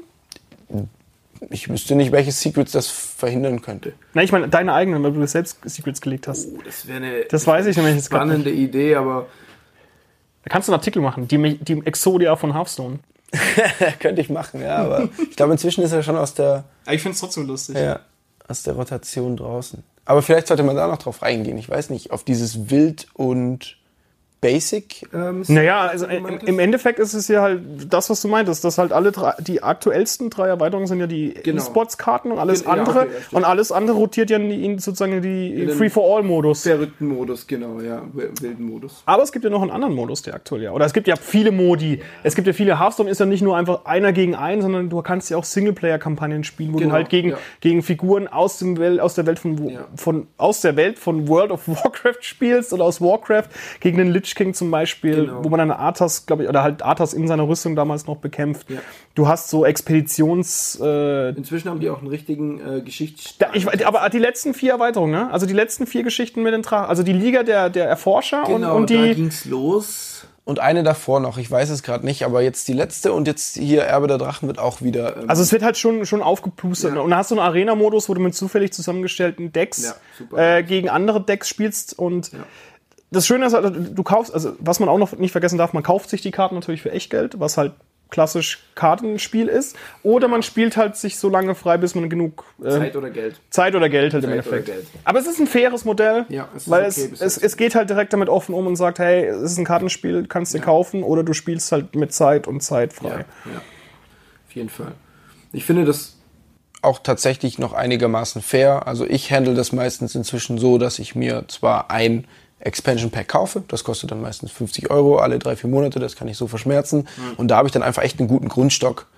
Ich wüsste nicht, welches Secrets das verhindern könnte. Nein, ich meine deine eigenen, weil du selbst Secrets gelegt hast. Oh, das wäre eine Das weiß ich nämlich jetzt grad spannende Idee, aber Da kannst du einen Artikel machen, die, die Exodia von Hearthstone. Könnte ich machen, ja, aber ich glaube, inzwischen ist er schon aus der, Aber ich finde es trotzdem lustig. ja, aus der Rotation draußen. Aber vielleicht sollte man da noch drauf reingehen. Ich weiß nicht, auf dieses Wild und Basic. ähm, Naja, also du im, meintest? im Endeffekt ist es ja halt das, was du meintest, dass halt alle drei, die aktuellsten drei Erweiterungen sind ja die Genau. E-Sports-Karten und alles Ja, andere. okay, ja, stimmt. Und alles andere rotiert ja in, die- in sozusagen die den Free-for-All-Modus. verrückten Modus, genau, ja, wilden Modus. Aber es gibt ja noch einen anderen Modus, der aktuell ja. Oder es gibt ja viele Modi. Es gibt ja viele. Hearthstone ist ja nicht nur einfach einer gegen einen, sondern du kannst ja auch Singleplayer-Kampagnen spielen, wo Genau, du halt gegen, ja. gegen Figuren aus, dem Wel aus der Welt von, Ja. von aus der Welt von World of Warcraft spielst oder aus Warcraft gegen den Lich King zum Beispiel, Genau. wo man dann Arthas, glaube ich, oder halt Arthas in seiner Rüstung damals noch bekämpft. Ja. Du hast so Expeditions äh, Inzwischen haben die auch einen richtigen äh, Geschichts... da, ich, aber die letzten vier Erweiterungen, ne? Also die letzten vier Geschichten mit den Drachen, also die Liga der, der Erforscher Genau, und, und da die. ging's los. Und eine davor noch, ich weiß es gerade nicht, aber jetzt die letzte und jetzt hier Erbe der Drachen wird auch wieder. Ähm, Also es wird halt schon, schon aufgeplustert. Ja. Und dann hast du einen Arena-Modus, wo du mit zufällig zusammengestellten Decks Ja, super. äh, gegen andere Decks spielst. Und Ja. das Schöne ist halt, du kaufst, also was man auch noch nicht vergessen darf, man kauft sich die Karten natürlich für Echtgeld, was halt klassisch Kartenspiel ist. Oder man spielt halt sich so lange frei, bis man genug äh, Zeit oder Geld. Zeit oder Geld halt im Zeit Endeffekt. oder Geld. Aber es ist ein faires Modell, Ja, es ist weil okay es, bis es, jetzt. es geht halt direkt damit offen um und sagt, hey, es ist ein Kartenspiel, kannst du kaufen oder du spielst halt mit Zeit und Zeit Ja, frei. ja, auf jeden Fall. Ich finde das... auch tatsächlich noch einigermaßen fair. Also ich handle das meistens inzwischen so, dass ich mir zwar ein Expansion Pack kaufe, das kostet dann meistens fünfzig Euro alle drei, vier Monate, das kann ich so verschmerzen. Und da habe ich dann einfach echt einen guten Grundstock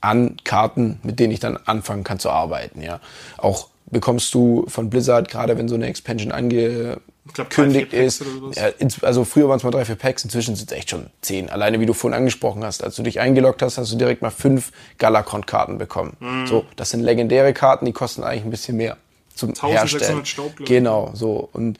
an Karten, mit denen ich dann anfangen kann zu arbeiten. Ja, auch bekommst du von Blizzard, gerade wenn so eine Expansion angekündigt ist, ja, also früher waren es mal drei, vier Packs, inzwischen sind es echt schon zehn. Alleine wie du vorhin angesprochen hast, als du dich eingeloggt hast, hast du direkt mal fünf Galakron-Karten bekommen. Mhm. So, das sind legendäre Karten, die kosten eigentlich ein bisschen mehr zum Herstellen. Staub, genau, so. Und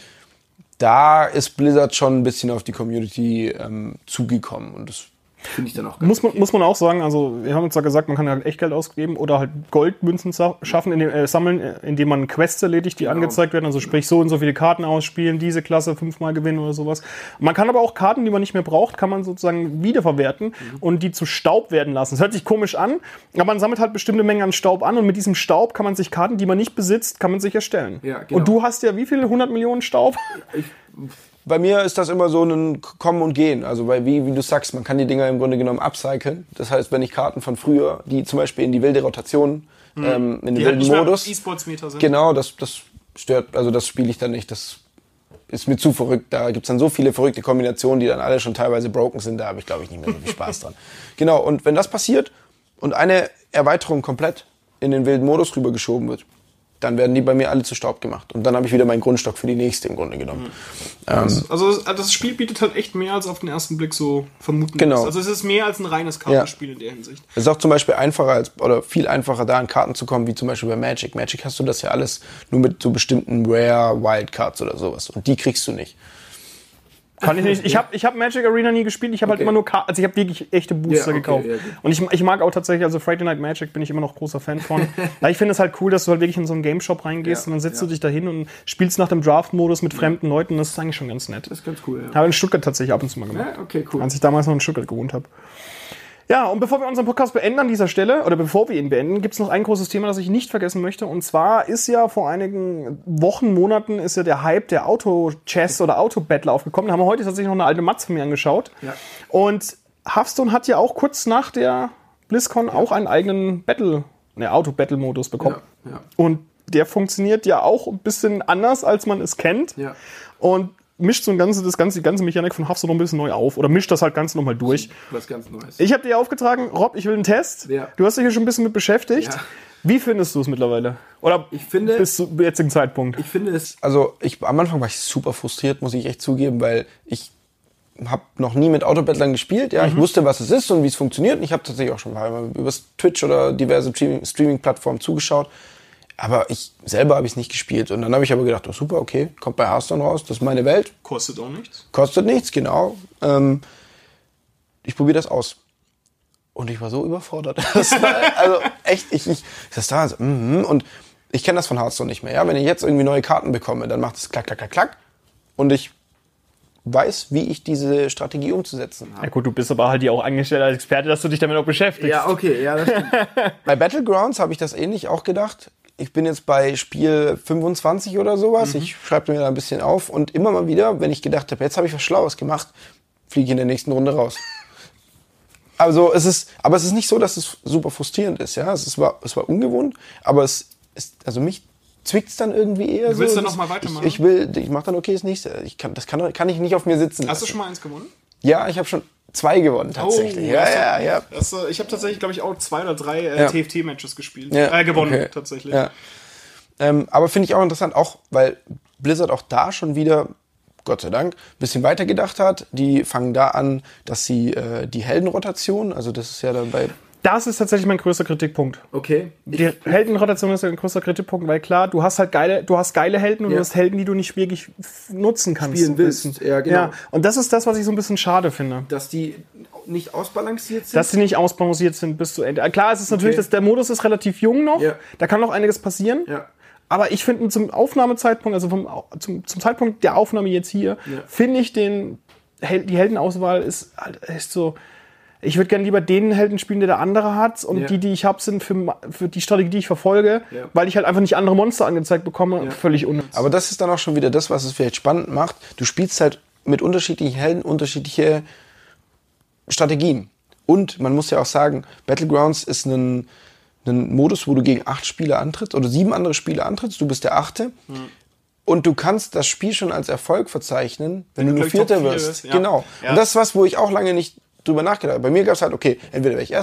da ist Blizzard schon ein bisschen auf die Community ähm, zugekommen und das finde ich dann auch ganz muss man, okay. muss man auch sagen, also wir haben uns ja gesagt, man kann halt echt Geld ausgeben oder halt Goldmünzen sa- schaffen, in dem, äh, sammeln, indem man Quests erledigt, die Genau. angezeigt werden. Also sprich so und so viele Karten ausspielen, diese Klasse fünfmal gewinnen oder sowas. Man kann aber auch Karten, die man nicht mehr braucht, kann man sozusagen wiederverwerten mhm. und die zu Staub werden lassen. Das hört sich komisch an, aber man sammelt halt bestimmte Mengen an Staub an und mit diesem Staub kann man sich Karten, die man nicht besitzt, kann man sich erstellen. Ja, genau. Und du hast ja wie viele hundert Millionen Staub? Ich, Bei mir ist das immer so ein Kommen und Gehen. Also weil, wie, wie du sagst, man kann die Dinger im Grunde genommen upcyclen. Das heißt, wenn ich Karten von früher, die zum Beispiel in die wilde Rotation, mhm. ähm, in den die wilden halt nicht Modus, mehr E-Sports-Meter sind. genau, das, das stört, also das spiele ich dann nicht. Das ist mir zu verrückt. Da gibt's dann so viele verrückte Kombinationen, die dann alle schon teilweise broken sind. Da habe ich, glaube ich, nicht mehr so viel Spaß dran. Genau, und wenn das passiert und eine Erweiterung komplett in den wilden Modus rübergeschoben wird, dann werden die bei mir alle zu Staub gemacht. Und dann habe ich wieder meinen Grundstock für die nächste im Grunde genommen. Mhm. Ähm, also das Spiel bietet halt echt mehr, als auf den ersten Blick so vermuten genau. lässt. Also es ist mehr als ein reines Kartenspiel ja. in der Hinsicht. Es ist auch zum Beispiel einfacher als, oder viel einfacher da an Karten zu kommen, wie zum Beispiel bei Magic. Magic hast du das ja alles nur mit so bestimmten Rare Wildcards oder sowas. Und die kriegst du nicht. Kann ich nicht. Ich habe ich hab Magic Arena nie gespielt. Ich habe okay. halt immer nur Karten. Also ich habe wirklich echte Booster ja, okay, gekauft. Ja, und ich, ich mag auch tatsächlich, also Friday Night Magic bin ich immer noch großer Fan von. Weil ich finde es halt cool, dass du halt wirklich in so einen Game Shop reingehst ja, und dann setzt ja. du dich da hin und spielst nach dem Draft-Modus mit fremden Leuten. Das ist eigentlich schon ganz nett. Das ist ganz cool, ja. Habe in Stuttgart tatsächlich ab und zu mal gemacht. Ja, okay, cool. Als ich damals noch in Stuttgart gewohnt habe. Ja, und bevor wir unseren Podcast beenden an dieser Stelle, oder bevor wir ihn beenden, gibt es noch ein großes Thema, das ich nicht vergessen möchte. Und zwar ist ja vor einigen Wochen, Monaten, ist ja der Hype der Auto-Chess oder Auto-Battle aufgekommen. Da haben wir heute tatsächlich noch eine alte Matz von mir angeschaut. Ja. Und Hearthstone hat ja auch kurz nach der BlizzCon ja. auch einen eigenen Battle, ne, Auto-Battle-Modus bekommen. Ja. Ja. Und der funktioniert ja auch ein bisschen anders, als man es kennt. Ja. Und mischt so ein ganze, das ganze, die ganze Mechanik von Hearthstone noch ein bisschen neu auf. Oder mischt das halt ganz nochmal durch. Was ganz Neues. Ich habe dir aufgetragen, Rob, ich will einen Test. Ja. Du hast dich hier schon ein bisschen mit beschäftigt. Ja. Wie findest du es mittlerweile? Oder ich finde, bis zum jetzigen Zeitpunkt? Ich finde es... Also ich, am Anfang war ich super frustriert, muss ich echt zugeben, weil ich habe noch nie mit Autobattlern gespielt. Ja, mhm. Ich wusste, was es ist und wie es funktioniert. Und ich habe tatsächlich auch schon mal über Twitch oder diverse Streaming-Plattformen zugeschaut. Aber ich selber habe ich es nicht gespielt. Und dann habe ich aber gedacht, oh super, okay, kommt bei Hearthstone raus, das ist meine Welt. Kostet auch nichts. Kostet nichts, genau. Ähm, ich probiere das aus. Und ich war so überfordert. Das war, also echt, ich, ich, ich saß da so, mm-hmm. Und ich kenne das von Hearthstone nicht mehr. Ja? Wenn ich jetzt irgendwie neue Karten bekomme, dann macht es klack, klack, klack, klack. Und ich weiß, wie ich diese Strategie umzusetzen habe. Ja gut, du bist aber halt ja auch angestellt als Experte, dass du dich damit auch beschäftigst. Ja, okay, ja, das stimmt. Bei Battlegrounds habe ich das ähnlich auch gedacht. Ich bin jetzt bei Spiel fünfundzwanzig oder sowas. Mhm. Ich schreibe mir da ein bisschen auf. Und immer mal wieder, wenn ich gedacht habe, jetzt habe ich was Schlaues gemacht, fliege ich in der nächsten Runde raus. Also es ist, aber es ist nicht so, dass es super frustrierend ist. Ja, es, ist, war, es war ungewohnt, aber es ist, also mich zwickt es dann irgendwie eher so. Du willst so, dann nochmal weitermachen? Ich, ich will, ich mache dann okay das nächste. Ich kann, das kann, kann ich nicht auf mir sitzen Hast lassen. du schon mal eins gewonnen? Ja, ich habe schon zwei gewonnen tatsächlich. Oh, ja, das ja, ja. Das, ich habe tatsächlich, glaube ich, auch zwei oder drei äh, ja. T F T-Matches gespielt. Ja, äh, gewonnen, okay. tatsächlich. Ja. Ähm, aber finde ich auch interessant, auch weil Blizzard auch da schon wieder, Gott sei Dank, ein bisschen weiter gedacht hat. Die fangen da an, dass sie äh, die Heldenrotation, also das ist ja dann bei... Das ist tatsächlich mein größter Kritikpunkt. Okay. Die Heldenrotation ist ein größter Kritikpunkt, weil klar, du hast halt geile, du hast geile Helden und ja. du hast Helden, die du nicht wirklich nutzen kannst. Spielen willst. Ja, genau. Ja. Und das ist das, was ich so ein bisschen schade finde. Dass die nicht ausbalanciert sind? Dass sie nicht ausbalanciert sind bis zu Ende. Klar, es ist natürlich, Okay. dass der Modus ist relativ jung noch. Ja. Da kann noch einiges passieren. Ja. Aber ich finde zum Aufnahmezeitpunkt, also vom, zum, zum Zeitpunkt der Aufnahme jetzt hier, Ja. finde ich den, die Heldenauswahl ist halt echt so. Ich würde gerne lieber den Helden spielen, der der andere hat. Und Ja. die, die ich habe, sind für, für die Strategie, die ich verfolge, Ja. weil ich halt einfach nicht andere Monster angezeigt bekomme. Ja. Völlig unnütz. Aber das ist dann auch schon wieder das, was es vielleicht spannend macht. Du spielst halt mit unterschiedlichen Helden unterschiedliche Strategien. Und man muss ja auch sagen, Battlegrounds ist ein, ein Modus, wo du gegen acht Spieler antrittst oder sieben andere Spieler antrittst. Du bist der Achte. Mhm. Und du kannst das Spiel schon als Erfolg verzeichnen, wenn, wenn du nur gleich Top Vierter vier wirst. bist, ja. Genau. Ja. Und das ist was, wo ich auch lange nicht drüber nachgedacht habe. Bei mir gab es halt, okay, entweder wäre ich Erster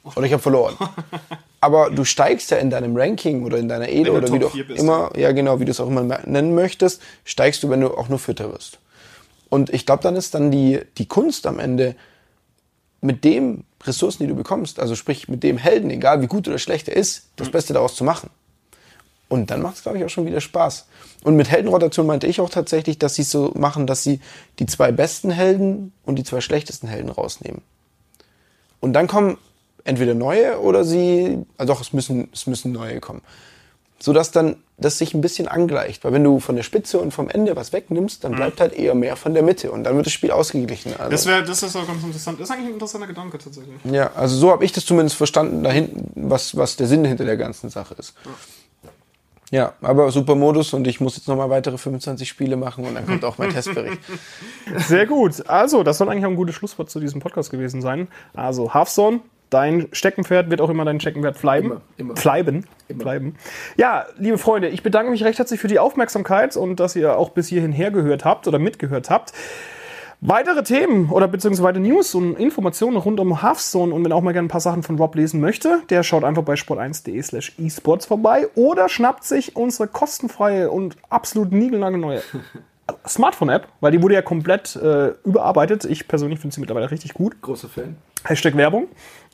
Oder ich habe verloren. Aber du steigst ja in deinem Ranking oder in deiner Elo oder wie du auch immer, ja genau, wie du es auch immer nennen möchtest, steigst du, wenn du auch nur Vierter wirst. Und ich glaube, dann ist dann die, die Kunst am Ende, mit dem Ressourcen, die du bekommst, also sprich mit dem Helden, egal wie gut oder schlecht er ist, das Beste daraus zu machen. Und dann macht es, glaube ich, auch schon wieder Spaß. Und mit Heldenrotation meinte ich auch tatsächlich, dass sie es so machen, dass sie die zwei besten Helden und die zwei schlechtesten Helden rausnehmen. Und dann kommen entweder neue oder sie, also doch, es müssen, es müssen neue kommen. Sodass dann das sich ein bisschen angleicht. Weil wenn du von der Spitze und vom Ende was wegnimmst, dann bleibt halt eher mehr von der Mitte. Und dann wird das Spiel ausgeglichen. Also das, wär, das ist auch ganz interessant. Das ist eigentlich ein interessanter Gedanke tatsächlich. Ja, also so habe ich das zumindest verstanden, da hinten, was, was der Sinn hinter der ganzen Sache ist. Ja. Ja, aber super Modus und ich muss jetzt nochmal weitere fünfundzwanzig Spiele machen und dann kommt auch mein Testbericht. Sehr gut. Also, das soll eigentlich auch ein gutes Schlusswort zu diesem Podcast gewesen sein. Also, Hearthstone, dein Steckenpferd wird auch immer dein Steckenpferd bleiben. Immer, immer. Bleiben. Immer. Bleiben. Ja, liebe Freunde, ich bedanke mich recht herzlich für die Aufmerksamkeit und dass ihr auch bis hierhin hergehört habt oder mitgehört habt. Weitere Themen oder beziehungsweise News und Informationen rund um Hearthstone und wenn auch mal gerne ein paar Sachen von Rob lesen möchte, der schaut einfach bei sport eins punkt de slash esports vorbei oder schnappt sich unsere kostenfreie und absolut niegelnagelneue Smartphone-App, weil die wurde ja komplett äh, überarbeitet. Ich persönlich finde sie mittlerweile richtig gut. Großer Fan. Hashtag Werbung.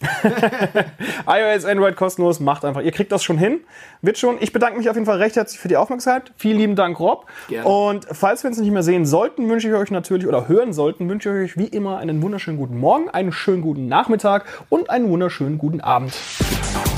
iOS, Android kostenlos, macht einfach. Ihr kriegt das schon hin. Wird schon. Ich bedanke mich auf jeden Fall recht herzlich für die Aufmerksamkeit. Vielen lieben Dank, Rob. Gerne. Und falls wir uns nicht mehr sehen sollten, wünsche ich euch natürlich, oder hören sollten, wünsche ich euch wie immer einen wunderschönen guten Morgen, einen schönen guten Nachmittag und einen wunderschönen guten Abend.